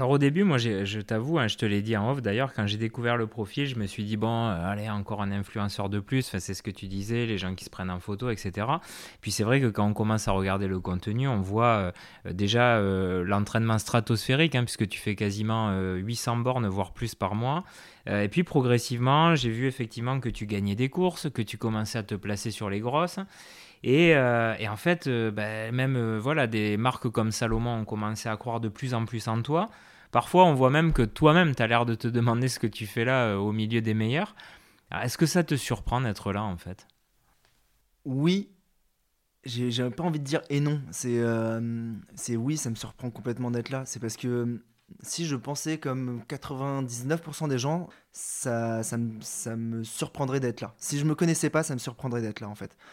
Alors au début, moi, je t'avoue, hein, je te l'ai dit en off d'ailleurs, quand j'ai découvert le profil, je me suis dit, bon, allez, encore un influenceur de plus, enfin, c'est ce que tu disais, les gens qui se prennent en photo, etc. Puis c'est vrai que quand on commence à regarder le contenu, on voit déjà l'entraînement stratosphérique, hein, puisque tu fais quasiment 800 bornes, voire plus par mois. Et puis progressivement, j'ai vu effectivement que tu gagnais des courses, que tu commençais à te placer sur les grosses. Et en fait, même voilà, des marques comme Salomon ont commencé à croire de plus en plus en toi. Parfois, on voit même que toi-même, tu as l'air de te demander ce que tu fais là au milieu des meilleurs. Alors, est-ce que ça te surprend d'être là, en fait? Oui, j'ai pas envie de dire et non. C'est oui, ça me surprend complètement d'être là. C'est parce que si je pensais comme 99% des gens, ça me surprendrait d'être là. Si je me connaissais pas, ça me surprendrait d'être là en fait.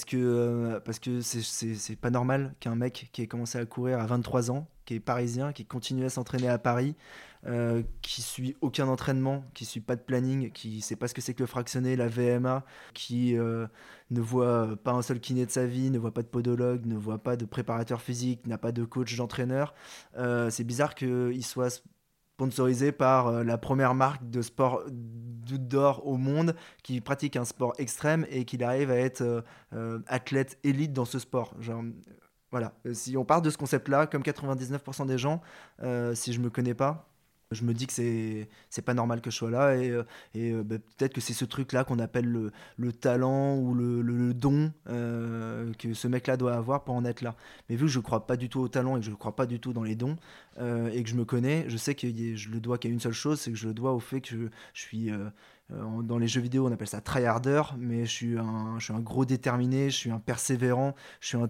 Parce que c'est pas normal qu'un mec qui ait commencé à courir à 23 ans, qui est parisien, qui continue à s'entraîner à Paris, qui suit aucun entraînement, qui suit pas de planning, qui sait pas ce que c'est que le fractionné, la VMA, qui ne voit pas un seul kiné de sa vie, ne voit pas de podologue, ne voit pas de préparateur physique, n'a pas de coach d'entraîneur. C'est bizarre qu'il soit sponsorisé par la première marque de sport d'outdoor au monde qui pratique un sport extrême et qu'il arrive à être athlète élite dans ce sport. Genre, voilà, si on part de ce concept-là, comme 99% des gens, si je me connais pas, je me dis que c'est pas normal que je sois là bah, peut-être que c'est ce truc-là qu'on appelle le talent ou le don que ce mec-là doit avoir pour en être là. Mais vu que je crois pas du tout au talent et que je crois pas du tout dans les dons et que je me connais, je sais que je le dois qu'à une seule chose, c'est que je le dois au fait que je suis dans les jeux vidéo on appelle ça tryharder, mais je suis un gros déterminé, je suis un persévérant, je suis un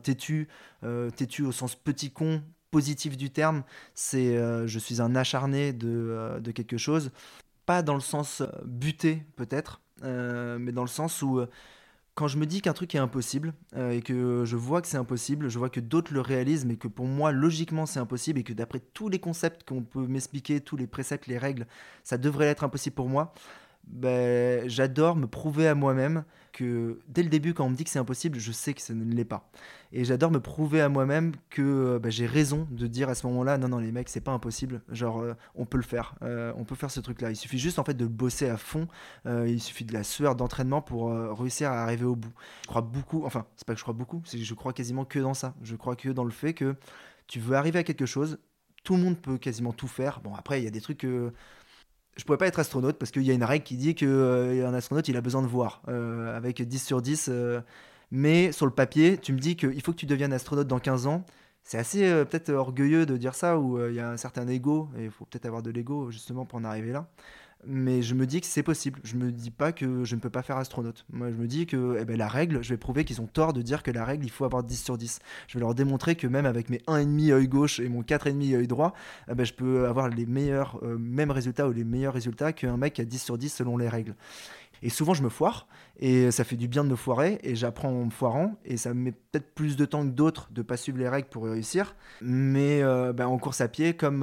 têtu au sens petit con positif du terme, je suis un acharné de quelque chose, pas dans le sens buté peut-être, mais dans le sens où quand je me dis qu'un truc est impossible et que je vois que c'est impossible, je vois que d'autres le réalisent, mais que pour moi logiquement c'est impossible et que d'après tous les concepts qu'on peut m'expliquer, tous les préceptes, les règles, ça devrait être impossible pour moi. Ben, j'adore me prouver à moi-même que dès le début, quand on me dit que c'est impossible, je sais que ça ne l'est pas. Et j'adore me prouver à moi-même que ben, j'ai raison de dire à ce moment-là, non, non, les mecs, c'est pas impossible. Genre, on peut le faire. On peut faire ce truc-là. Il suffit juste en fait de bosser à fond. Il suffit de la sueur d'entraînement pour réussir à arriver au bout. Je crois beaucoup, enfin, c'est pas que je crois beaucoup, c'est que je crois quasiment que dans ça. Je crois que dans le fait que tu veux arriver à quelque chose, tout le monde peut quasiment tout faire. Bon, après, il y a des trucs que je pourrais pas être astronaute parce qu'il y a une règle qui dit qu'un astronaute il a besoin de voir avec 10 sur 10. Mais sur le papier, tu me dis qu'il faut que tu deviennes astronaute dans 15 ans. C'est assez peut-être orgueilleux de dire ça, où il y a un certain ego, et il faut peut-être avoir de l'ego justement pour en arriver là. Mais je me dis que c'est possible. Je me dis pas que je ne peux pas faire astronaute. Moi, je me dis que eh ben, la règle, je vais prouver qu'ils ont tort de dire que la règle, il faut avoir 10 sur 10. Je vais leur démontrer que même avec mes 1,5 œil gauche et mon 4,5 œil droit, eh ben, je peux avoir les meilleurs mêmes résultats ou les meilleurs résultats qu'un mec qui a 10 sur 10 selon les règles. Et souvent, je me foire, et ça fait du bien de me foirer, et j'apprends en me foirant, et ça me met peut-être plus de temps que d'autres de pas suivre les règles pour réussir. Mais ben, en course à pied, comme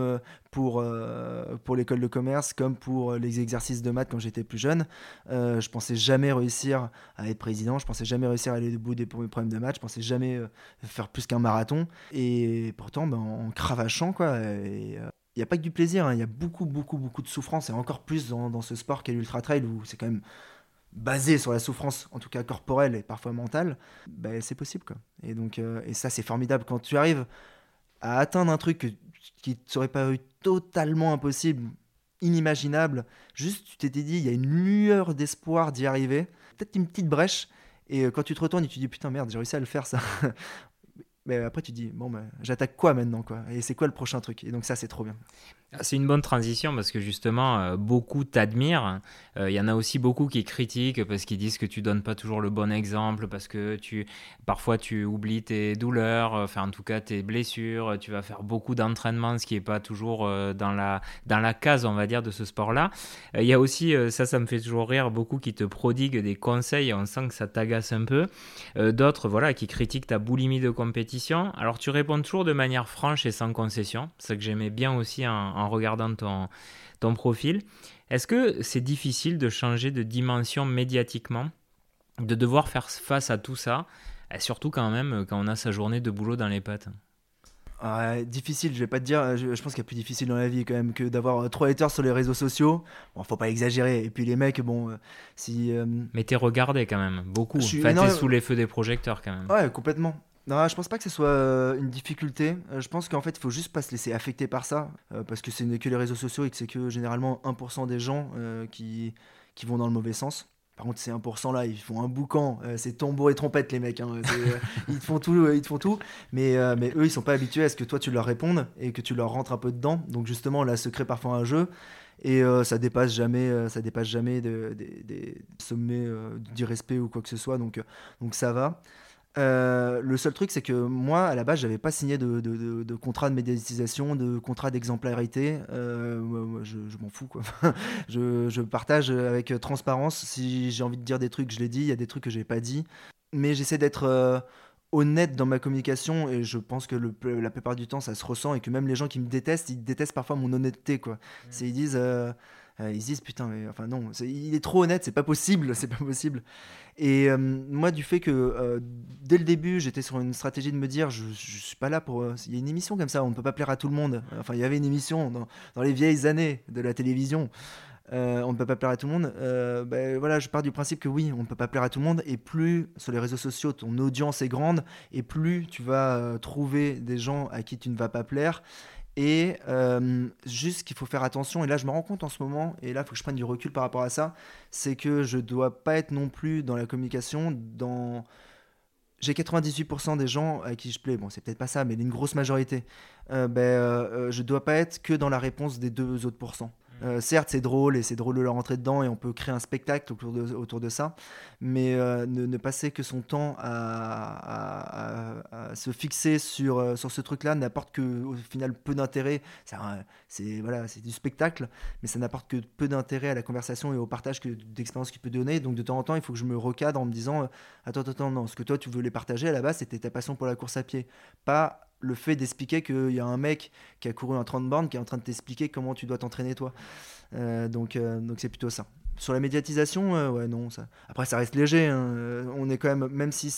pour l'école de commerce, comme pour les exercices de maths quand j'étais plus jeune, je pensais jamais réussir à être président, je pensais jamais réussir à aller au bout des problèmes de maths, je pensais jamais faire plus qu'un marathon. Et pourtant, ben, en cravachant, quoi. Il n'y a pas que du plaisir, hein, il y a beaucoup, beaucoup, beaucoup de souffrance, et encore plus dans ce sport qu'est l'ultra trail où c'est quand même basé sur la souffrance, en tout cas corporelle et parfois mentale, ben, c'est possible quoi. Et donc, et ça c'est formidable quand tu arrives à atteindre un truc qui te serait paru totalement impossible, inimaginable. Juste, tu t'étais dit, il y a une lueur d'espoir d'y arriver, peut-être une petite brèche. Et quand tu te retournes et tu dis putain merde, j'ai réussi à le faire ça. Mais après tu dis bon ben j'attaque quoi maintenant quoi. Et c'est quoi le prochain truc. Et donc ça c'est trop bien. Ah, c'est une bonne transition parce que justement, beaucoup t'admirent. Il y en a aussi beaucoup qui critiquent parce qu'ils disent que tu donnes pas toujours le bon exemple, parce que parfois tu oublies tes douleurs, enfin en tout cas tes blessures. Tu vas faire beaucoup d'entraînement, ce qui est pas toujours dans la case, on va dire, de ce sport-là. Il y a aussi, ça me fait toujours rire, beaucoup qui te prodiguent des conseils. On sent que ça t'agace un peu. D'autres, voilà, qui critiquent ta boulimie de compétition. Alors tu réponds toujours de manière franche et sans concession. C'est ça que j'aimais bien aussi en regardant ton profil. Est-ce que c'est difficile de changer de dimension médiatiquement, de devoir faire face à tout ça, et surtout quand même quand on a sa journée de boulot dans les pattes? Ouais, difficile, je vais pas te dire, je pense qu'il y a plus difficile dans la vie quand même que d'avoir 3 haters sur les réseaux sociaux. Bon, faut pas exagérer. Et puis les mecs, bon, si. Mais t'es regardé quand même, Je beaucoup. suis. Enfin, Non, t'es sous les feux des projecteurs quand même. ouais, complètement. Non, je pense pas que ce soit une difficulté. Je pense qu'en fait, il faut juste pas se laisser affecter par ça. Parce que ce n'est que les réseaux sociaux et que c'est que généralement 1% des gens qui vont dans le mauvais sens. Par contre, ces 1% là, ils font un boucan. C'est tambour et trompette, les mecs, hein. Ils te font tout, ils te font tout. Mais eux, ils sont pas habitués à ce que toi, tu leur répondes et que tu leur rentres un peu dedans. Donc, justement, là se crée parfois un jeu. Et ça dépasse jamais des sommets d'irrespect ou quoi que ce soit. Donc ça va. Le seul truc, c'est que moi, à la base, j'avais pas signé de contrat de médiatisation, de contrat d'exemplarité. Moi, je m'en fous, quoi. Je partage avec transparence. Si j'ai envie de dire des trucs, je les dis. Il y a des trucs que j'ai pas dit. Mais j'essaie d'être honnête dans ma communication et je pense que la plupart du temps, ça se ressent et que même les gens qui me détestent, ils détestent parfois mon honnêteté, quoi. Ils se disent putain, mais enfin non, il est trop honnête, c'est pas possible, c'est pas possible. Et moi, du fait que dès le début, j'étais sur une stratégie de me dire, je suis pas là pour. Il y a une émission comme ça, on ne peut pas plaire à tout le monde. Enfin, il y avait une émission dans les vieilles années de la télévision. On ne peut pas plaire à tout le monde. Ben, voilà, je pars du principe que oui, on ne peut pas plaire à tout le monde. Et plus sur les réseaux sociaux, ton audience est grande, et plus tu vas trouver des gens à qui tu ne vas pas plaire. Et juste qu'il faut faire attention, et là je me rends compte en ce moment, et là il faut que je prenne du recul par rapport à ça, c'est que je dois pas être non plus dans la communication, j'ai 98% des gens à qui je plais, bon c'est peut-être pas ça, mais une grosse majorité, je dois pas être que dans la réponse des 2 autres pourcents. Certes, c'est drôle et c'est drôle de leur rentrer dedans et on peut créer un spectacle autour de ça, mais ne passer que son temps à se fixer sur ce truc-là n'apporte que au final peu d'intérêt. Voilà, c'est du spectacle, mais ça n'apporte que peu d'intérêt à la conversation et au partage d'expérience qu'il peut donner. Donc de temps en temps, il faut que je me recadre en me disant attends, non, ce que toi tu voulais partager à la base, c'était ta passion pour la course à pied, pas le fait d'expliquer qu'il y a un mec qui a couru un 30 bornes qui est en train de t'expliquer comment tu dois t'entraîner toi. Donc c'est plutôt ça. Sur la médiatisation, ouais, non. Ça. Après, ça reste léger, hein. On est quand même si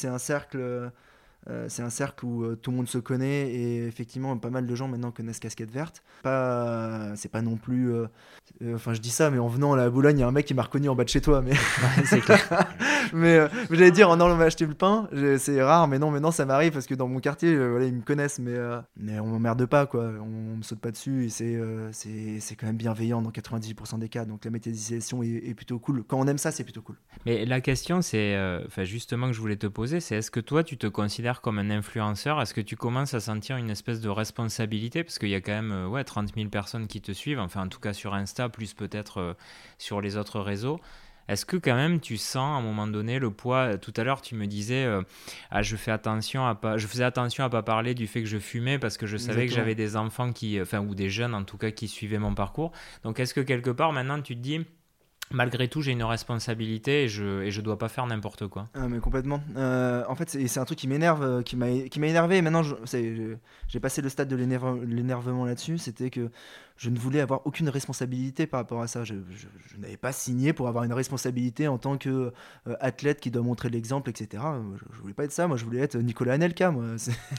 c'est un cercle où tout le monde se connaît et effectivement, pas mal de gens maintenant connaissent Casquette Verte. C'est pas non plus. Enfin, je dis ça, mais en venant à la Boulogne, il y a un mec qui m'a reconnu en bas de chez toi. Mais, Ouais, c'est clair. mais j'allais dire, en allant m'acheter le pain, c'est rare, mais non, maintenant ça m'arrive parce que dans mon quartier, voilà, ils me connaissent, mais on m'emmerde pas, quoi. On me saute pas dessus et c'est quand même bienveillant dans 98% des cas. Donc la médiatisation est plutôt cool. Quand on aime ça, c'est plutôt cool. Mais la question, c'est, enfin, justement, que je voulais te poser, c'est est-ce que toi, tu te considères comme un influenceur? Est-ce que tu commences à sentir une espèce de responsabilité? Parce qu'il y a quand même 30 000 personnes qui te suivent, enfin, en tout cas sur Insta, plus peut-être sur les autres réseaux. Est-ce que quand même tu sens à un moment donné le poids? Tout à l'heure, tu me disais, je faisais attention à pas parler du fait que je fumais parce que je savais que Exactement. j'avais des enfants enfin, ou des jeunes en tout cas, qui suivaient mon parcours. Donc, est-ce que quelque part maintenant tu te dis, malgré tout, j'ai une responsabilité et je dois pas faire n'importe quoi? Ah, mais complètement. En fait, c'est un truc qui m'énerve, qui m'a énervé. Et maintenant, j'ai passé le stade de l'énervement là-dessus. C'était que je ne voulais avoir aucune responsabilité par rapport à ça. Je n'avais pas signé pour avoir une responsabilité en tant que athlète qui doit montrer l'exemple, etc. Je voulais pas être ça. Moi, je voulais être Nicolas Anelka. Moi.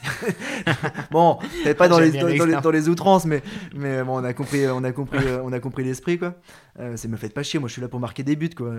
Bon, peut-être pas J'aime bien l'exemple. dans les outrances, mais bon, on a compris l'esprit, quoi. Me faites pas chier. Moi, je suis là pour marquer des buts, quoi.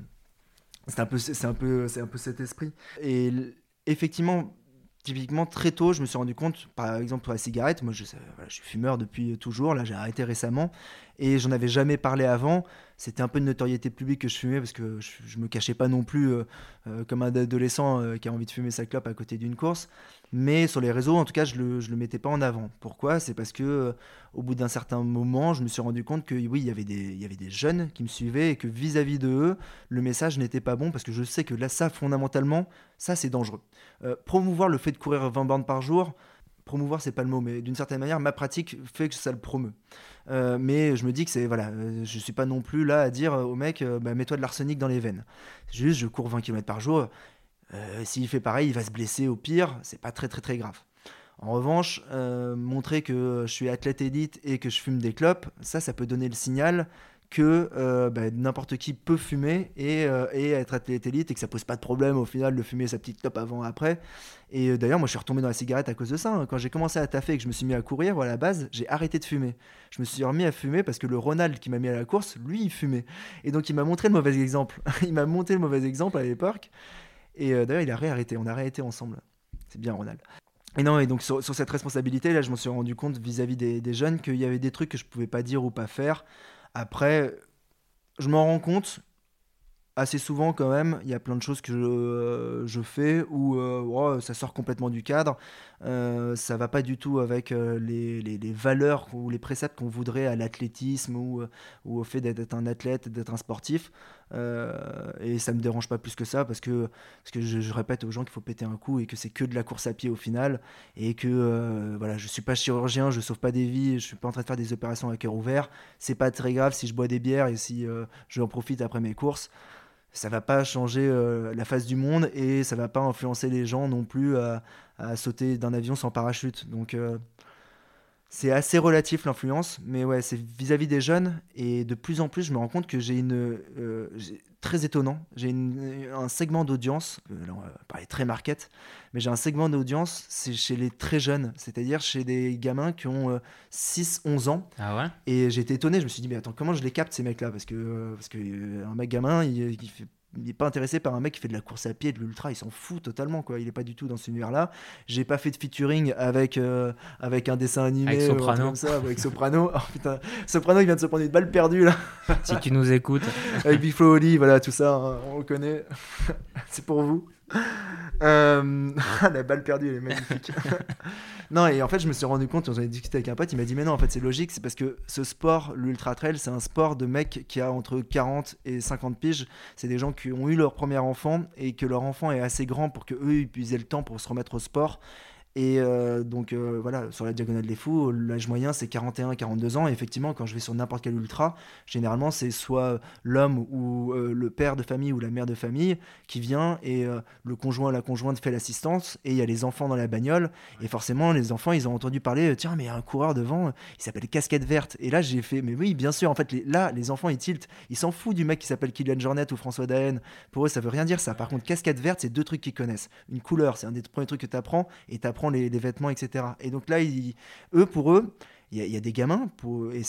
C'est un peu cet esprit. Et effectivement, typiquement, très tôt, je me suis rendu compte, par exemple, pour la cigarette, moi, voilà, je suis fumeur depuis toujours, là, j'ai arrêté récemment, et j'en avais jamais parlé avant. C'était un peu une notoriété publique que je fumais, parce que je me cachais pas non plus comme un adolescent qui a envie de fumer sa clope à côté d'une course. Mais sur les réseaux, en tout cas, je le mettais pas en avant. Pourquoi? C'est parce que au bout d'un certain moment, je me suis rendu compte que oui, il y avait des jeunes qui me suivaient et que vis-à-vis de eux, le message n'était pas bon parce que je sais que là, ça, fondamentalement, ça, c'est dangereux. Promouvoir le fait de courir 20 bornes par jour, promouvoir, c'est pas le mot, mais d'une certaine manière, ma pratique fait que ça le promeut. Mais je me dis que je suis pas non plus là à dire au mec, mets-toi de l'arsenic dans les veines. Juste, je cours 20 km par jour. S'il fait pareil, il va se blesser au pire, c'est pas très très très grave. En revanche, montrer que je suis athlète élite et que je fume des clopes, ça peut donner le signal que n'importe qui peut fumer et être athlète élite et que ça pose pas de problème au final de fumer sa petite clope avant après. Et d'ailleurs, moi je suis retombé dans la cigarette à cause de ça, hein. Quand j'ai commencé à taffer et que je me suis mis à courir, à la base, j'ai arrêté de fumer. Je me suis remis à fumer parce que le Ronald qui m'a mis à la course, lui, il fumait. Et donc il m'a montré le mauvais exemple. Il m'a montré le mauvais exemple à l'époque. Et d'ailleurs, il a réarrêté. On a réarrêté ensemble. C'est bien, Ronald. Et non, et donc sur cette responsabilité, là, je me suis rendu compte vis-à-vis des jeunes qu'il y avait des trucs que je pouvais pas dire ou pas faire. Après, je m'en rends compte assez souvent quand même. Il y a plein de choses que je fais où ça sort complètement du cadre. Ça va pas du tout avec les valeurs ou les préceptes qu'on voudrait à l'athlétisme ou au fait d'être un athlète, d'être un sportif. Et ça me dérange pas plus que ça parce que je répète aux gens qu'il faut péter un coup et que c'est que de la course à pied au final et que voilà, je suis pas chirurgien, je sauve pas des vies, je suis pas en train de faire des opérations à cœur ouvert. C'est pas très grave si je bois des bières et si je en profite après mes courses. Ça va pas changer la face du monde et ça va pas influencer les gens non plus à sauter d'un avion sans parachute. Donc c'est assez relatif l'influence, mais ouais, c'est vis-à-vis des jeunes et de plus en plus je me rends compte que très étonnant, un segment d'audience, là on va parler très market, mais j'ai un segment d'audience, c'est chez les très jeunes, c'est-à-dire chez des gamins qui ont 6-11 ans. Ah ouais? Et j'ai été étonné, je me suis dit mais attends, comment je les capte ces mecs-là, parce que un mec gamin, il est pas intéressé par un mec qui fait de la course à pied, de l'ultra, il s'en fout totalement quoi, il est pas du tout dans cet univers-là. J'ai pas fait de featuring avec un dessin animé Avec ou un truc Soprano. comme ça, avec Soprano. Oh putain, Soprano il vient de se prendre une balle perdue là, Si tu nous écoutes. avec Big Flo Oli, voilà tout ça, hein, on le connaît. C'est pour vous. La balle perdue elle est magnifique. Non, et en fait je me suis rendu compte, j'en ai discuté avec un pote, il m'a dit mais non, en fait c'est logique, c'est parce que ce sport, l'ultra trail, c'est un sport de mecs qui a entre 40 et 50 piges. C'est des gens qui ont eu leur premier enfant et que leur enfant est assez grand pour que eux ils puissent le temps pour se remettre au sport. Et donc voilà, sur la Diagonale des Fous, l'âge moyen c'est 41-42 ans. Et effectivement, quand je vais sur n'importe quel ultra, généralement c'est soit l'homme ou le père de famille ou la mère de famille qui vient et le conjoint, la conjointe fait l'assistance et il y a les enfants dans la bagnole. Et forcément, les enfants ils ont entendu parler, tiens, mais il y a un coureur devant, il s'appelle Casquette Verte. Et là j'ai fait, mais oui, bien sûr, en fait, là les enfants ils tiltent, ils s'en foutent du mec qui s'appelle Kylian Jornet ou François Daen. Pour eux, ça veut rien dire ça. Par contre, Casquette Verte, c'est deux trucs qu'ils connaissent. Une couleur, c'est un des premiers trucs que tu apprends et tu apprends les vêtements, etc. Et donc là, pour eux, il y a des gamins, et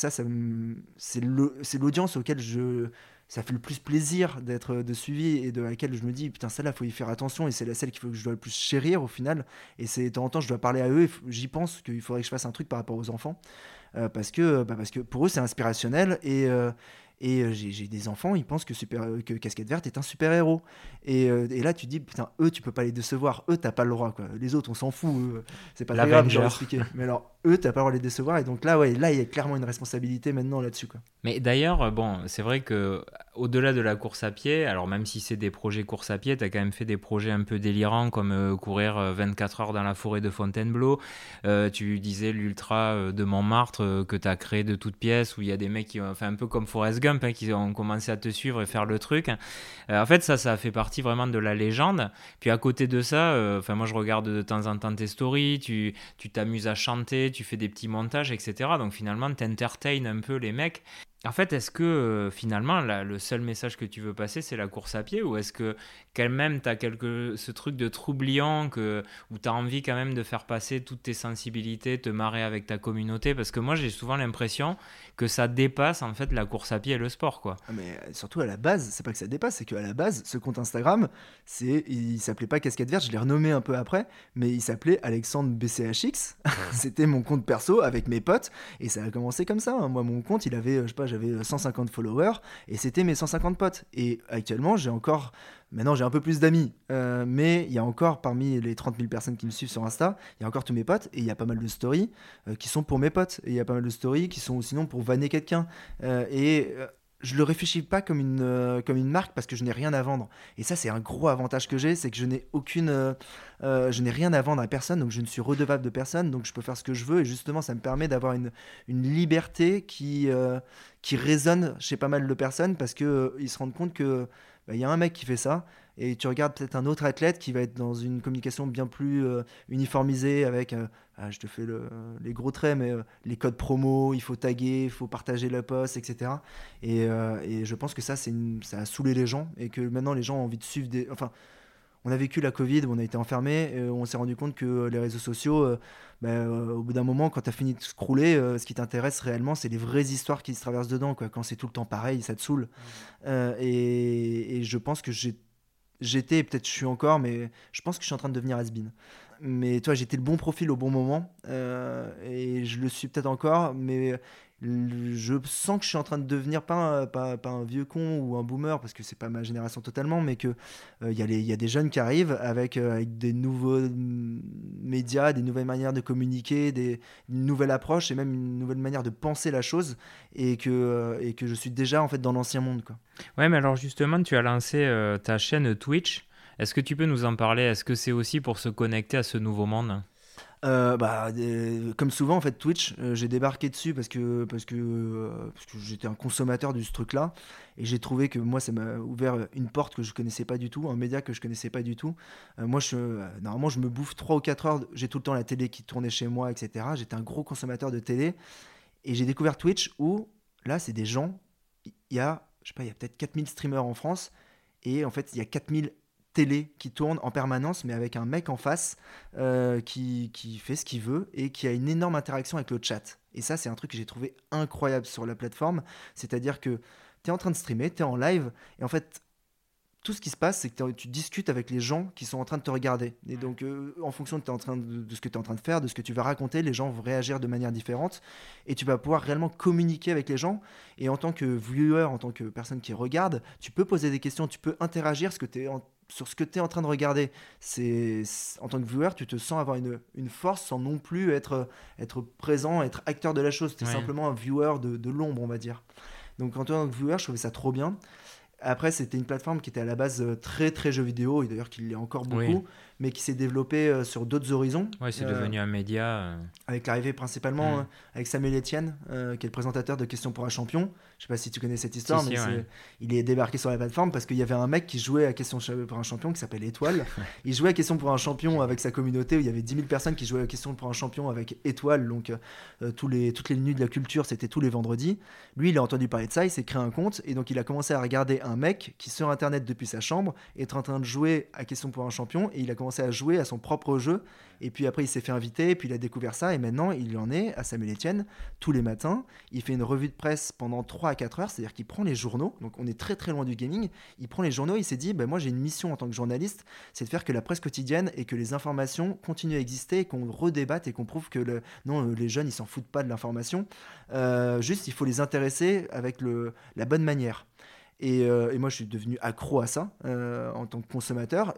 c'est l'audience auquel ça fait le plus plaisir d'être de suivi et de laquelle je me dis, putain, celle-là, il faut y faire attention et c'est celle qu'il faut que je dois le plus chérir au final. Et c'est de temps en temps, je dois parler à eux et j'y pense qu'il faudrait que je fasse un truc par rapport aux enfants. Parce que pour eux, c'est inspirationnel et j'ai des enfants, ils pensent que Casquette Verte est un super-héros. Et là, tu dis, putain, eux, tu peux pas les décevoir. Eux, t'as pas le droit, quoi. Les autres, on s'en fout. C'est pas très grave de leur expliquer. Mais alors, eux, t'as pas le droit de les décevoir. Et donc là, ouais, là, il y a clairement une responsabilité maintenant là-dessus, quoi. Mais d'ailleurs, bon, c'est vrai que au-delà de la course à pied, alors même si c'est des projets course à pied, tu as quand même fait des projets un peu délirants comme courir 24 heures dans la forêt de Fontainebleau. Tu disais l'ultra de Montmartre que tu as créé de toutes pièces où il y a des mecs qui ont fait un peu comme Forrest Gump, hein, qui ont commencé à te suivre et faire le truc. En fait, ça fait partie vraiment de la légende. Puis à côté de ça, moi je regarde de temps en temps tes stories, tu t'amuses à chanter, tu fais des petits montages, etc. Donc finalement, tu entertaines un peu les mecs. En fait, est-ce que finalement, le seul message que tu veux passer, c'est la course à pied ou est-ce que quand même tu as ce truc de troubliant où tu as envie quand même de faire passer toutes tes sensibilités, te marrer avec ta communauté? Parce que moi, j'ai souvent l'impression que ça dépasse en fait la course à pied et le sport, quoi. Ah, mais surtout à la base, c'est pas que ça dépasse, c'est qu'à la base, ce compte Instagram, il s'appelait pas Casquette Verte, je l'ai renommé un peu après, mais il s'appelait Alexandre BCHX. C'était mon compte perso avec mes potes et ça a commencé comme ça, hein. Moi, mon compte, il avait, je sais pas, j'avais 150 followers et c'était mes 150 potes. Et actuellement, maintenant j'ai un peu plus d'amis, mais il y a encore parmi les 30 000 personnes qui me suivent sur Insta, il y a encore tous mes potes et il y a pas mal de stories qui sont pour mes potes et il y a pas mal de stories qui sont sinon pour vanner quelqu'un. Je le réfléchis pas comme une marque parce que je n'ai rien à vendre. Et ça, c'est un gros avantage que j'ai, c'est que je n'ai rien à vendre à personne, donc je ne suis redevable de personne, donc je peux faire ce que je veux. Et justement, ça me permet d'avoir une liberté qui résonne chez pas mal de personnes parce que ils se rendent compte que il y a un mec qui fait ça, et tu regardes peut-être un autre athlète qui va être dans une communication bien plus uniformisée avec, je te fais les gros traits, mais les codes promo, il faut taguer, il faut partager le post, etc. Et je pense que ça, ça a saoulé les gens et que maintenant les gens ont envie de suivre des... Enfin, on a vécu la Covid, on a été enfermés, on s'est rendu compte que les réseaux sociaux, au bout d'un moment, quand tu as fini de scroller, ce qui t'intéresse réellement, c'est les vraies histoires qui se traversent dedans, quoi. Quand c'est tout le temps pareil, ça te saoule. Et je pense que j'étais, et peut-être je suis encore, mais je pense que je suis en train de devenir has-been. Mais toi, j'étais le bon profil au bon moment, et je le suis peut-être encore, mais je sens que je suis en train de devenir pas un vieux con ou un boomer, parce que c'est pas ma génération totalement, mais que il y a des jeunes qui arrivent avec des nouveaux médias, des nouvelles manières de communiquer, une nouvelle approche et même une nouvelle manière de penser la chose, et que je suis déjà en fait dans l'ancien monde, quoi. Ouais, mais alors justement, tu as lancé ta chaîne Twitch. Est-ce que tu peux nous en parler? Est-ce que c'est aussi pour se connecter à ce nouveau monde? Comme souvent en fait Twitch, j'ai débarqué dessus parce que j'étais un consommateur de ce truc-là, et j'ai trouvé que moi ça m'a ouvert une porte que je connaissais pas du tout, un média que je connaissais pas du tout. Moi normalement je me bouffe 3 ou 4 heures, j'ai tout le temps la télé qui tournait chez moi, etc. J'étais un gros consommateur de télé, et j'ai découvert Twitch où là c'est des gens, il y a je sais pas, il y a peut-être 4000 streamers en France, et en fait il y a 4000 télé qui tourne en permanence, mais avec un mec en face qui fait ce qu'il veut et qui a une énorme interaction avec le chat. Et ça, c'est un truc que j'ai trouvé incroyable sur la plateforme. C'est-à-dire que tu es en train de streamer, tu es en live, et en fait, tout ce qui se passe, c'est que tu discutes avec les gens qui sont en train de te regarder. Et donc, en fonction de ce que tu es en train de faire, de ce que tu vas raconter, les gens vont réagir de manière différente. Et tu vas pouvoir réellement communiquer avec les gens. Et en tant que viewer, en tant que personne qui regarde, tu peux poser des questions, tu peux interagir sur ce que tu es en train de regarder. En tant que viewer, tu te sens avoir une force sans non plus être présent, être acteur de la chose. Tu es Ouais. simplement un viewer de l'ombre, on va dire. Donc, en tant que viewer, je trouvais ça trop bien. Après, c'était une plateforme qui était à la base très très jeu vidéo, et d'ailleurs qui l'est encore beaucoup, Oui. mais qui s'est développée sur d'autres horizons. Ouais, c'est devenu un média. Avec l'arrivée principalement avec Samuel Etienne, qui est le présentateur de Questions pour un champion. Je sais pas si tu connais cette histoire, mais Ouais. il est débarqué sur la plateforme parce qu'il y avait un mec qui jouait à Questions pour un champion qui s'appelle Étoile. Il jouait à Questions pour un champion avec sa communauté, où il y avait 10 000 personnes qui jouaient à Questions pour un champion avec Étoile. Donc toutes les nuits de la culture, c'était tous les vendredis. Lui, il a entendu parler de ça, il s'est créé un compte, et donc il a commencé à regarder un mec qui sur internet depuis sa chambre est en train de jouer à Questions pour un champion, et il a commencé à jouer à son propre jeu. Et puis après, il s'est fait inviter, et puis il a découvert ça, et maintenant, il en est à Samuel Etienne tous les matins. Il fait une revue de presse pendant 3 à 4 heures, c'est-à-dire qu'il prend les journaux, donc on est très très loin du gaming. Il prend les journaux, il s'est dit, moi j'ai une mission en tant que journaliste, c'est de faire que la presse quotidienne et que les informations continuent à exister, et qu'on redébatte, et qu'on prouve que les jeunes, ils s'en foutent pas de l'information. Juste, il faut les intéresser avec la bonne manière. Et moi, je suis devenu accro à ça en tant que consommateur.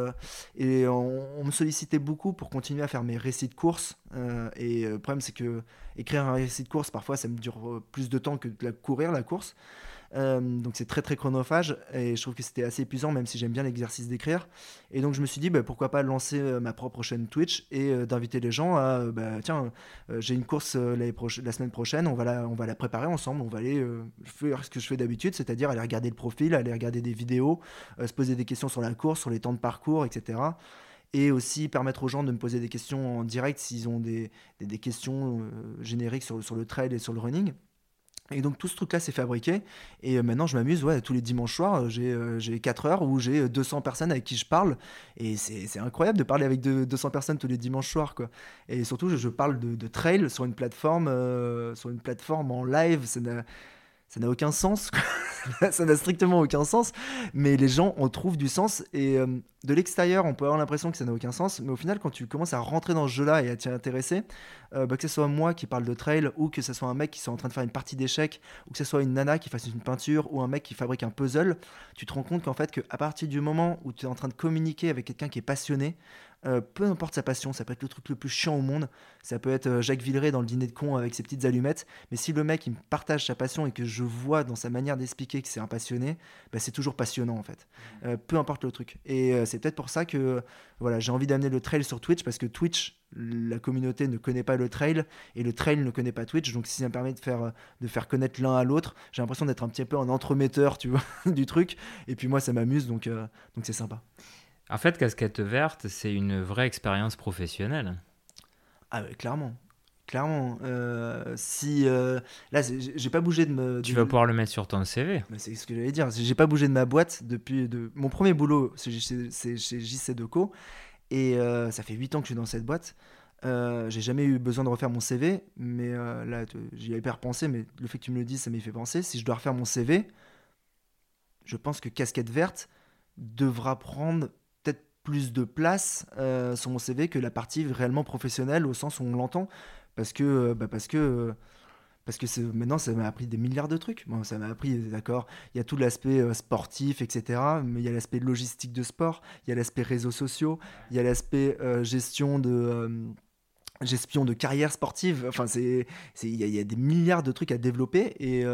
Et on me sollicitait beaucoup pour continuer à faire mes récits de course. Le problème, c'est que écrire un récit de course, parfois, ça me dure plus de temps que de courir la course. Donc c'est très très chronophage, et je trouve que c'était assez épuisant, même si j'aime bien l'exercice d'écrire. Et donc je me suis dit pourquoi pas lancer ma propre chaîne Twitch, et d'inviter les gens à tiens, j'ai une course la semaine prochaine, on va la préparer ensemble, on va aller faire ce que je fais d'habitude, c'est-à-dire aller regarder le profil, aller regarder des vidéos, se poser des questions sur la course, sur les temps de parcours, etc. Et aussi permettre aux gens de me poser des questions en direct s'ils ont des questions génériques sur le trail et sur le running. Et donc tout ce truc-là s'est fabriqué, et maintenant je m'amuse, tous les dimanches soirs, j'ai 4 heures où j'ai 200 personnes avec qui je parle, et c'est incroyable de parler avec 200 personnes tous les dimanches soirs, quoi. Et surtout je parle de trail sur une plateforme en live, ça n'a aucun sens, quoi. Ça n'a strictement aucun sens, mais les gens en trouvent du sens, et de l'extérieur on peut avoir l'impression que ça n'a aucun sens, mais au final quand tu commences à rentrer dans ce jeu-là et à t'y intéresser, que ce soit moi qui parle de trail, ou que ce soit un mec qui soit en train de faire une partie d'échecs, ou que ce soit une nana qui fasse une peinture, ou un mec qui fabrique un puzzle, tu te rends compte qu'en fait, qu'à partir du moment où tu es en train de communiquer avec quelqu'un qui est passionné, peu importe sa passion, ça peut être le truc le plus chiant au monde, ça peut être Jacques Villeray dans le dîner de con avec ses petites allumettes, mais si le mec il me partage sa passion et que je vois dans sa manière d'expliquer que c'est un passionné, bah, c'est toujours passionnant en fait. Peu importe le truc. Et c'est peut-être pour ça que voilà, j'ai envie d'amener le trail sur Twitch, parce que Twitch, la communauté ne connaît pas le trail et le trail ne connaît pas Twitch, donc si ça me permet de faire connaître l'un à l'autre, j'ai l'impression d'être un petit peu un entremetteur, tu vois, du truc. Et puis moi ça m'amuse, donc c'est sympa. En fait, Casquette Verte, c'est une vraie expérience professionnelle. Ah ouais, clairement. Clairement. Si là, j'ai pas bougé Tu vas pouvoir le mettre sur ton CV. Mais c'est ce que j'allais dire. J'ai pas bougé de ma boîte depuis mon premier boulot, c'est chez JC Deco, et ça fait 8 ans que je suis dans cette boîte. J'ai jamais eu besoin de refaire mon CV, mais là, j'y avais pas repensé, mais le fait que tu me le dises, ça m'y fait penser. Si je dois refaire mon CV, je pense que Casquette Verte devra prendre peut-être plus de place sur mon CV que la partie réellement professionnelle au sens où on l'entend. Parce que maintenant, ça m'a appris des milliards de trucs. Bon, ça m'a appris, d'accord, il y a tout l'aspect sportif, etc. Mais il y a l'aspect logistique de sport, il y a l'aspect réseaux sociaux, il y a l'aspect gestion de carrière sportive. Enfin, il y a des milliards de trucs à développer.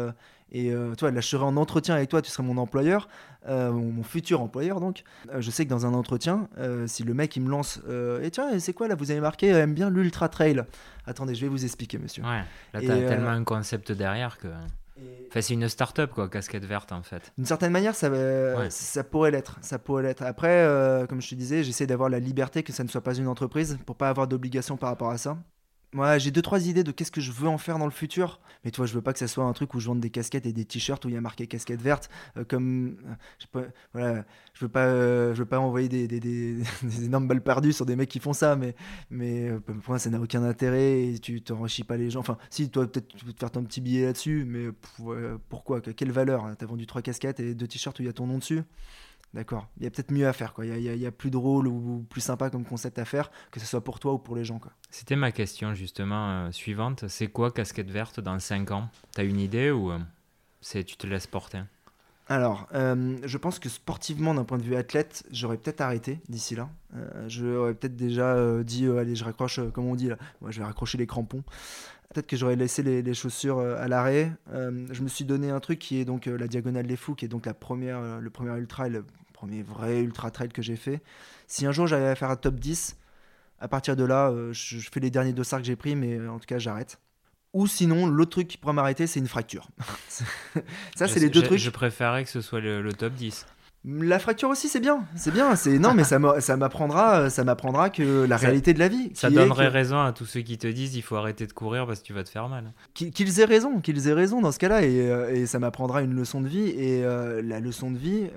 Tu vois, là, je serai en entretien avec toi, tu serais mon employeur, mon futur employeur donc. Je sais que dans un entretien, si le mec il me lance, et tiens, c'est quoi là, vous avez marqué, aime bien l'ultra trail. Attendez, je vais vous expliquer, monsieur. Ouais, là, Et, t'as tellement un concept derrière que... et Enfin, c'est une start-up, quoi, Casquette Verte, en fait. d'une certaine manière, Ouais. ça pourrait l'être. Ça pourrait l'être. Après, comme je te disais, j'essaie d'avoir la liberté que ça ne soit pas une entreprise pour pas avoir d'obligation par rapport à ça. Moi, j'ai deux trois idées de qu'est-ce que je veux en faire dans le futur, mais toi, je veux pas que ça soit un truc où je vende des casquettes et des t-shirts où il y a marqué casquette verte, je sais pas, voilà, je veux pas envoyer des énormes balles perdues sur des mecs qui font ça, mais pour moi, ça n'a aucun intérêt et tu t'enrichis pas les gens. Enfin, si toi, peut-être tu peux te faire ton petit billet là-dessus, mais pourquoi? Quelle valeur? T'as vendu trois casquettes et deux t-shirts où il y a ton nom dessus? D'accord. Il y a peut-être mieux à faire, quoi. Il y a plus drôle ou plus sympa comme concept à faire, que ce soit pour toi ou pour les gens, quoi. C'était ma question, justement, suivante. C'est quoi Casquette Verte dans 5 ans? T'as une idée ou tu te laisses porter? Alors, je pense que sportivement, d'un point de vue athlète, j'aurais peut-être arrêté d'ici là. J'aurais peut-être déjà dit, allez, je raccroche, comme on dit là. Ouais, je vais raccrocher les crampons. Peut-être que j'aurais laissé les chaussures à l'arrêt. Je me suis donné un truc qui est donc la Diagonale des Fous, qui est donc le premier ultra, et le premier vrai ultra trail que j'ai fait. Si un jour j'arrive à faire un top 10, à partir de là, je fais les derniers dossards que j'ai pris, mais en tout cas, j'arrête. Ou sinon, l'autre truc qui pourrait m'arrêter, c'est une fracture. Ça, c'est les deux trucs. Je préférais que ce soit le top 10. La fracture aussi, c'est bien. C'est bien. Non, mais ça m'apprendra que la réalité de la vie. Ça donnerait raison à tous ceux qui te disent il faut arrêter de courir parce que tu vas te faire mal. Qu'ils aient raison dans ce cas-là. Et ça m'apprendra une leçon de vie. Et la leçon de vie,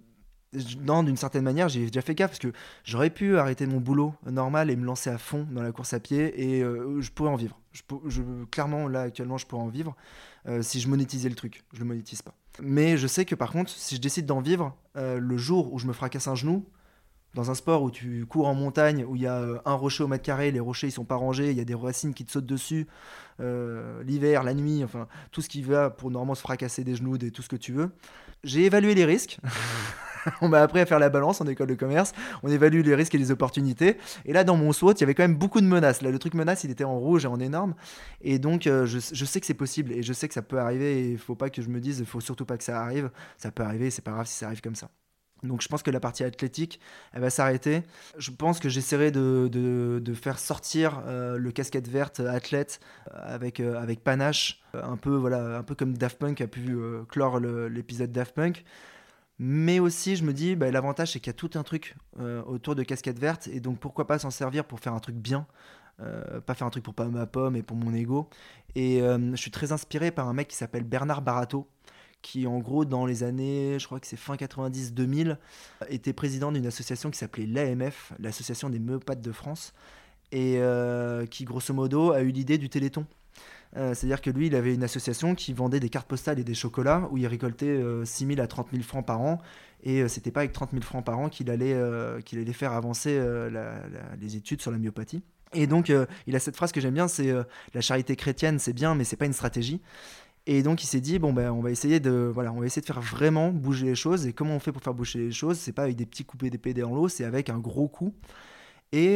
non, d'une certaine manière, j'ai déjà fait gaffe parce que j'aurais pu arrêter mon boulot normal et me lancer à fond dans la course à pied et je pourrais en vivre. Clairement, là, actuellement, je pourrais en vivre si je monétisais le truc. Je le monétise pas. Mais je sais que par contre, si je décide d'en vivre, le jour où je me fracasse un genou, dans un sport où tu cours en montagne, où il y a un rocher au mètre carré, les rochers ils sont pas rangés, il y a des racines qui te sautent dessus, l'hiver, la nuit, enfin tout ce qui va pour normalement se fracasser des genoux, tout ce que tu veux. J'ai évalué les risques. On m'a appris à faire la balance en école de commerce. On évalue les risques et les opportunités. Et là, dans mon SWOT, il y avait quand même beaucoup de menaces. Là, le truc menace, il était en rouge et en énorme. Et donc, je sais que c'est possible et je sais que ça peut arriver. Et il faut pas que je me dise, il faut surtout pas que ça arrive. Ça peut arriver, c'est pas grave si ça arrive comme ça. Donc je pense que la partie athlétique, elle va s'arrêter. Je pense que j'essaierai de faire sortir le casquette verte athlète avec panache, un peu comme Daft Punk a pu clore l'épisode Daft Punk. Mais aussi, je me dis, l'avantage, c'est qu'il y a tout un truc autour de casquette verte, et donc pourquoi pas s'en servir pour faire un truc bien, pas faire un truc pour pas ma pomme et pour mon ego. Et je suis très inspiré par un mec qui s'appelle Bernard Barato, qui en gros dans les années, je crois que c'est fin 90-2000, était président d'une association qui s'appelait l'AMF, l'association des myopathes de France, et qui grosso modo a eu l'idée du Téléthon. C'est-à-dire que lui, il avait une association qui vendait des cartes postales et des chocolats où il récoltait 6 000 à 30 000 francs par an. Et c'était pas avec 30 000 francs par an qu'il allait faire avancer les études sur la myopathie. Et donc, il a cette phrase que j'aime bien, c'est la charité chrétienne, c'est bien, mais c'est pas une stratégie. Et donc, il s'est dit, on va essayer de faire vraiment bouger les choses. Et comment on fait pour faire bouger les choses? C'est pas avec des petits coupés d'épée dans l'eau, c'est avec un gros coup. Et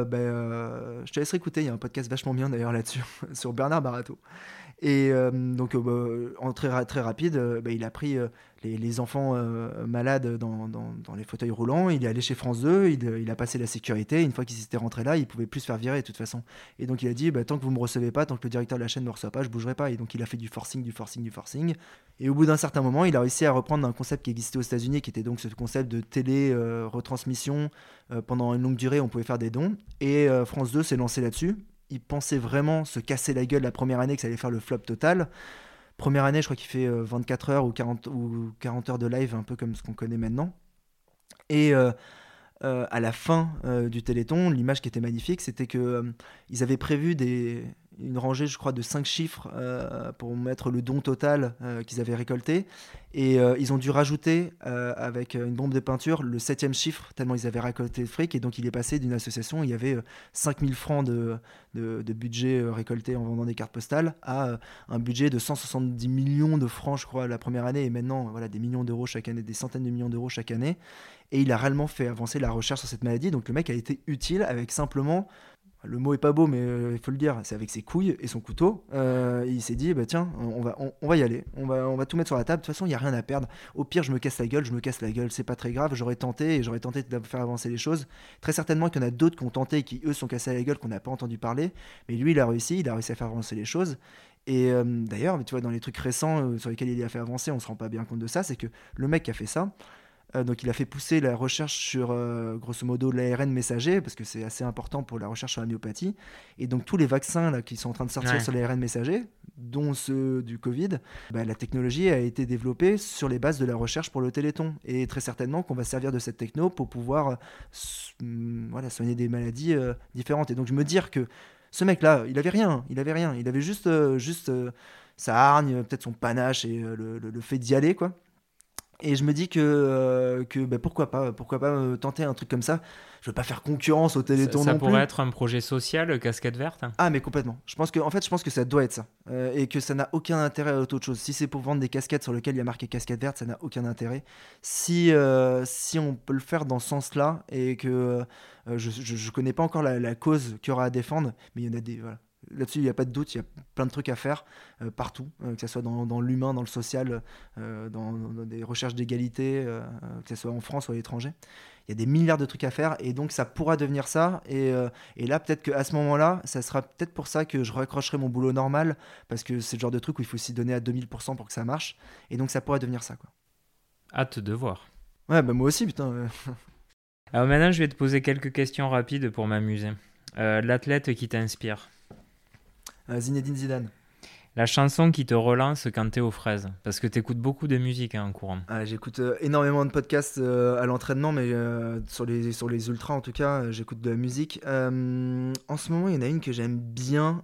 je te laisserai écouter, il y a un podcast vachement bien d'ailleurs là-dessus, sur Bernard Barato. Et en très rapide, il a pris les enfants malades dans les fauteuils roulants, il est allé chez France 2, il a passé la sécurité, une fois qu'ils étaient rentrés là, il pouvait plus se faire virer de toute façon. Et donc il a dit, tant que vous me recevez pas, tant que le directeur de la chaîne ne me reçoit pas, je bougerai pas. Et donc il a fait du forcing. Et au bout d'un certain moment, il a réussi à reprendre un concept qui existait aux États-Unis, qui était donc ce concept de télé retransmission. Pendant une longue durée, on pouvait faire des dons. Et France 2 s'est lancé là-dessus. Il pensait vraiment se casser la gueule la première année, que ça allait faire le flop total. Première année, je crois qu'il fait 24 heures ou 40 heures de live, un peu comme ce qu'on connaît maintenant. Et à la fin du Téléthon, l'image qui était magnifique, c'était que ils avaient prévu une rangée, je crois, de 5 chiffres pour mettre le don total qu'ils avaient récolté. Et ils ont dû rajouter, avec une bombe de peinture, le 7e chiffre, tellement ils avaient récolté de fric. Et donc il est passé d'une association où il y avait 5000 francs de budget récolté en vendant des cartes postales à un budget de 170 millions de francs, je crois, la première année. Et maintenant, voilà, des millions d'euros chaque année, des centaines de millions d'euros chaque année. Et il a réellement fait avancer la recherche sur cette maladie. Donc le mec a été utile avec simplement, le mot est pas beau, mais il faut le dire, c'est avec ses couilles et son couteau. Il s'est dit, tiens, on va y aller, on va tout mettre sur la table. De toute façon, il n'y a rien à perdre. Au pire, je me casse la gueule, c'est pas très grave. J'aurais tenté de faire avancer les choses. Très certainement qu'il y en a d'autres qui ont tenté et qui, eux, sont cassés la gueule, qu'on n'a pas entendu parler. Mais lui, il a réussi à faire avancer les choses. Et d'ailleurs, tu vois, dans les trucs récents sur lesquels il a fait avancer, on se rend pas bien compte de ça, c'est que le mec qui a fait ça, donc il a fait pousser la recherche sur, grosso modo, l'ARN messager, parce que c'est assez important pour la recherche sur la myopathie. Et donc tous les vaccins là, qui sont en train de sortir sur l'ARN messager, dont ceux du Covid, la technologie a été développée sur les bases de la recherche pour le Téléthon. Et très certainement qu'on va servir de cette techno pour pouvoir soigner des maladies différentes. Et donc je me dire que ce mec-là, il avait rien. Il avait juste sa hargne, peut-être son panache et le fait d'y aller, quoi. Et je me dis que pourquoi pas tenter un truc comme ça. Je veux pas faire concurrence au Téléthon Ça non plus. pourrait être un projet social, casquette verte. Ah mais complètement. Je pense que ça doit être ça. Et que ça n'a aucun intérêt à autre chose. Si c'est pour vendre des casquettes sur lesquelles il y a marqué casquette verte, ça n'a aucun intérêt. Si on peut le faire dans ce sens-là et que je connais pas encore la cause qu'il y aura à défendre, mais il y en a des... Voilà. Là-dessus, il n'y a pas de doute, il y a plein de trucs à faire partout, que ce soit dans l'humain, dans le social, dans des recherches d'égalité, que ce soit en France ou à l'étranger. Il y a des milliards de trucs à faire et donc ça pourra devenir ça. Et là, peut-être qu'à ce moment-là, ça sera peut-être pour ça que je raccrocherai mon boulot normal parce que c'est le genre de truc où il faut s'y donner à 2000% pour que ça marche. Et donc ça pourrait devenir ça, quoi. Hâte de voir. Ouais, moi aussi, putain. Alors maintenant, je vais te poser quelques questions rapides pour m'amuser. L'athlète qui t'inspire? Zinedine Zidane. La chanson qui te relance quand t'es aux fraises? Parce que t'écoutes beaucoup de musique en courant. J'écoute énormément de podcasts à l'entraînement, mais sur les ultras en tout cas, j'écoute de la musique. En ce moment, il y en a une que j'aime bien.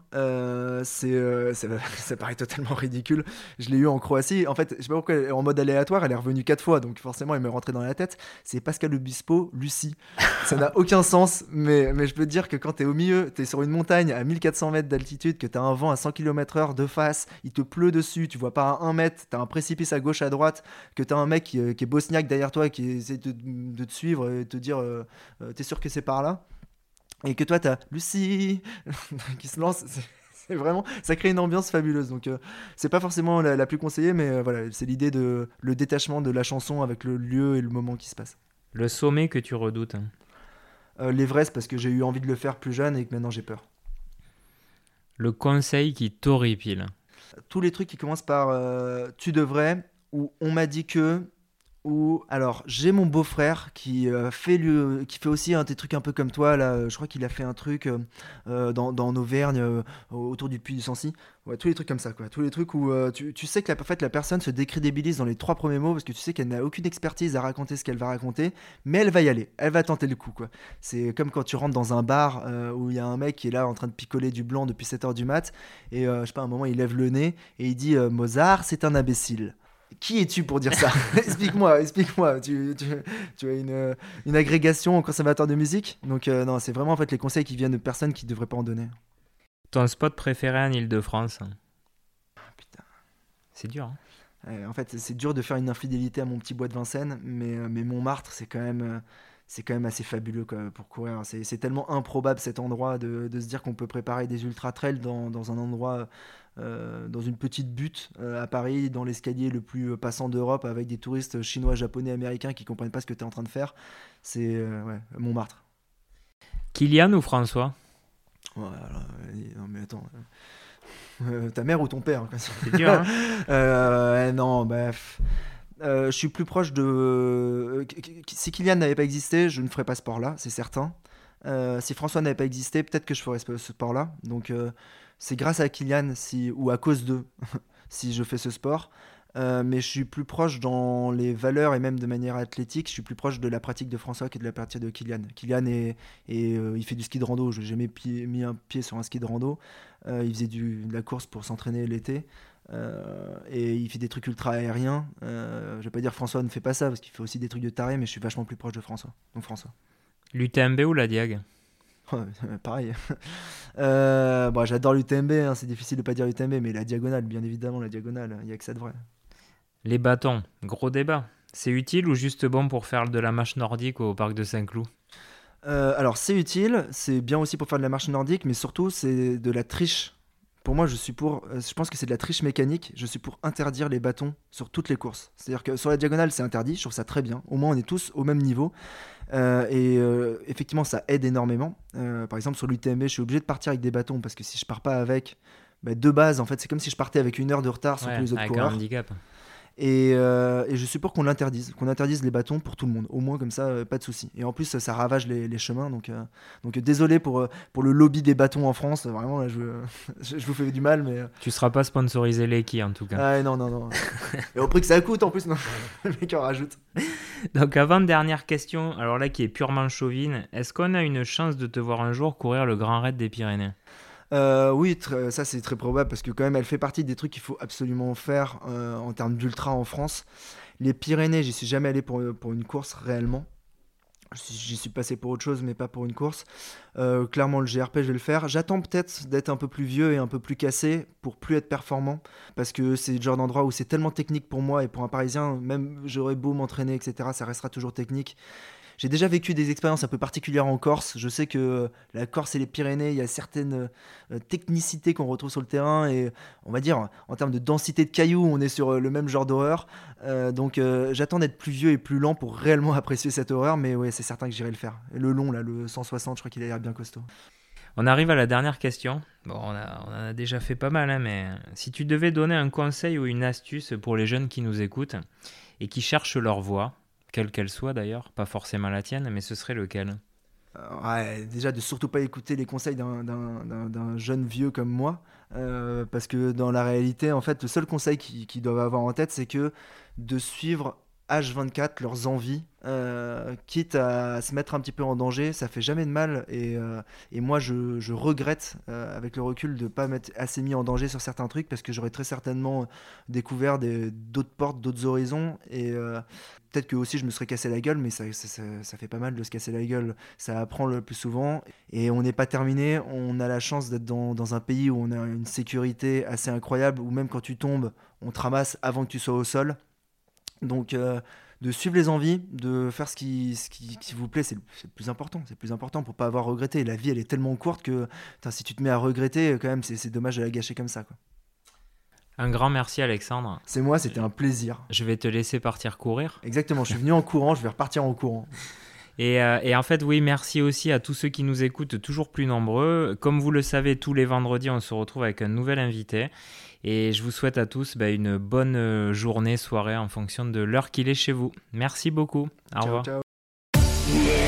Ça paraît totalement ridicule. Je l'ai eu en Croatie. En fait, je sais pas pourquoi, en mode aléatoire, elle est revenue 4 fois, donc forcément, elle m'est rentrée dans la tête. C'est Pascal Obispo, Lucie. Ça n'a aucun sens, mais je peux te dire que quand t'es au milieu, t'es sur une montagne à 1400 mètres d'altitude, que t'as un vent à 100 km/h de face, il te pleut dessus, tu vois pas à 1 mètre, t'as un précipice à gauche, à droite, que t'as un mec qui est bosniaque derrière toi, qui essaie de te suivre et te dire t'es sûr que c'est par là, et que toi t'as Lucie qui se lance. C'est vraiment, ça crée une ambiance fabuleuse. Donc c'est pas forcément la plus conseillée, mais voilà, c'est l'idée de le détachement de la chanson avec le lieu et le moment qui se passe. Le sommet que tu redoutes? L'Everest, parce que j'ai eu envie de le faire plus jeune et que maintenant j'ai peur. Le conseil qui t'horripile? Tous les trucs qui commencent par tu devrais, ou on m'a dit que, ou alors j'ai mon beau-frère qui fait aussi des trucs un peu comme toi là. Je crois qu'il a fait un truc en Auvergne, autour du puits du Sancy. Ouais, tous les trucs comme ça, quoi. Tous les trucs où tu sais que la personne se décrédibilise dans les 3 premiers mots parce que tu sais qu'elle n'a aucune expertise à raconter ce qu'elle va raconter, mais elle va y aller, elle va tenter le coup, quoi. C'est comme quand tu rentres dans un bar où il y a un mec qui est là en train de picoler du blanc depuis 7h du mat, et je sais pas, à un moment il lève le nez et il dit Mozart, c'est un imbécile. Qui es-tu pour dire ça? Explique-moi. Tu as une agrégation au conservatoire de musique? Donc non, c'est vraiment en fait les conseils qui viennent de personnes qui ne devraient pas en donner. Ton spot préféré en Ile-de-France? Putain. C'est dur, hein? En fait, c'est dur de faire une infidélité à mon petit bois de Vincennes, mais Montmartre, c'est quand même c'est quand même assez fabuleux quoi, pour courir. C'est tellement improbable cet endroit de se dire qu'on peut préparer des ultra-trails dans un endroit, dans une petite butte à Paris, dans l'escalier le plus passant d'Europe, avec des touristes chinois, japonais, américains qui comprennent pas ce que tu es en train de faire. C'est ouais, Montmartre. Kylian ou François? Voilà, non mais attends, ta mère ou ton père quoi. C'est dur, hein? Non, bref. Je suis plus proche de. Si Kylian n'avait pas existé, je ne ferais pas ce sport-là, c'est certain. Si François n'avait pas existé, peut-être que je ferais ce sport-là. Donc, c'est grâce à Kylian ou à cause d'eux si je fais ce sport. Mais je suis plus proche dans les valeurs et même de manière athlétique. Je suis plus proche de la pratique de François que de la pratique de Kylian. Kylian il fait du ski de rando. Je n'ai jamais mis un pied sur un ski de rando. Il faisait de la course pour s'entraîner l'été. Et il fait des trucs ultra aériens. Je vais pas dire François ne fait pas ça parce qu'il fait aussi des trucs de taré, mais je suis vachement plus proche de François. Donc François. L'UTMB ou la Diag? Pareil. Bon, j'adore l'UTMB, hein, c'est difficile de pas dire l'UTMB, mais la diagonale, bien évidemment, la diagonale, il n'y a que ça de vrai. Les bâtons, gros débat. C'est utile ou juste bon pour faire de la marche nordique au parc de Saint-Cloud? Alors c'est utile, c'est bien aussi pour faire de la marche nordique, mais surtout c'est de la triche. Pour moi, je pense que c'est de la triche mécanique. Je suis pour interdire les bâtons sur toutes les courses. C'est-à-dire que sur la diagonale, c'est interdit. Je trouve ça très bien. Au moins, on est tous au même niveau. Effectivement, ça aide énormément. Par exemple, sur l'UTMB, je suis obligé de partir avec des bâtons parce que si je pars pas avec, de base, en fait, c'est comme si je partais avec 1 heure de retard sur tous les autres avec un coureurs. handicap. Et je suis pour qu'on interdise les bâtons pour tout le monde. Au moins, comme ça, pas de souci. Et en plus, ça ravage les chemins. Donc désolé pour le lobby des bâtons en France. Vraiment, là, je vous fais du mal. Mais... Tu seras pas sponsorisé Leki en tout cas. Ah, non. Et au prix que ça coûte en plus, non. Le mec en rajoute. Donc, avant-dernière question, alors là qui est purement chauvine. Est-ce qu'on a une chance de te voir un jour courir le Grand Raid des Pyrénées? Oui, ça c'est très probable parce que quand même elle fait partie des trucs qu'il faut absolument faire en termes d'ultra en France. Les Pyrénées, j'y suis jamais allé pour une course réellement. J'y suis passé pour autre chose mais pas pour une course. Clairement le GRP je vais le faire. J'attends peut-être d'être un peu plus vieux et un peu plus cassé pour plus être performant parce que c'est le genre d'endroit où c'est tellement technique pour moi et pour un Parisien, même j'aurais beau m'entraîner etc. ça restera toujours technique. J'ai déjà vécu des expériences un peu particulières en Corse. Je sais que la Corse et les Pyrénées, il y a certaines technicités qu'on retrouve sur le terrain. Et on va dire, en termes de densité de cailloux, on est sur le même genre d'horreur. Donc j'attends d'être plus vieux et plus lent pour réellement apprécier cette horreur. Mais ouais, c'est certain que j'irai le faire. Et le long, là, le 160, je crois qu'il a l'air bien costaud. On arrive à la dernière question. Bon, on en a déjà fait pas mal, hein, mais si tu devais donner un conseil ou une astuce pour les jeunes qui nous écoutent et qui cherchent leur voie, quelle qu'elle soit d'ailleurs, pas forcément la tienne, mais ce serait lequel? Ouais, déjà de surtout pas écouter les conseils d'un jeune vieux comme moi, parce que dans la réalité, en fait, le seul conseil qu'ils doivent avoir en tête, c'est que de suivre H24 leurs envies, quitte à se mettre un petit peu en danger, ça fait jamais de mal. Et moi, je regrette, avec le recul, de ne pas m'être assez mis en danger sur certains trucs, parce que j'aurais très certainement découvert d'autres portes, d'autres horizons. Et peut-être que aussi je me serais cassé la gueule, mais ça fait pas mal de se casser la gueule. Ça apprend le plus souvent. Et on n'est pas terminé. On a la chance d'être dans un pays où on a une sécurité assez incroyable, où même quand tu tombes, on te ramasse avant que tu sois au sol. Donc, de suivre les envies, de faire ce qui vous plaît, c'est le plus important. C'est le plus important pour pas avoir regretté. La vie, elle est tellement courte que si tu te mets à regretter, quand même, c'est dommage de la gâcher comme ça, quoi. Un grand merci Alexandre. C'est moi, c'était un plaisir. Je vais te laisser partir courir. Exactement, je suis venu en courant, je vais repartir en courant. Et en fait, oui, merci aussi à tous ceux qui nous écoutent, toujours plus nombreux. Comme vous le savez, tous les vendredis, on se retrouve avec un nouvel invité. Et je vous souhaite à tous une bonne journée, soirée en fonction de l'heure qu'il est chez vous. Merci beaucoup. Au revoir. Ciao.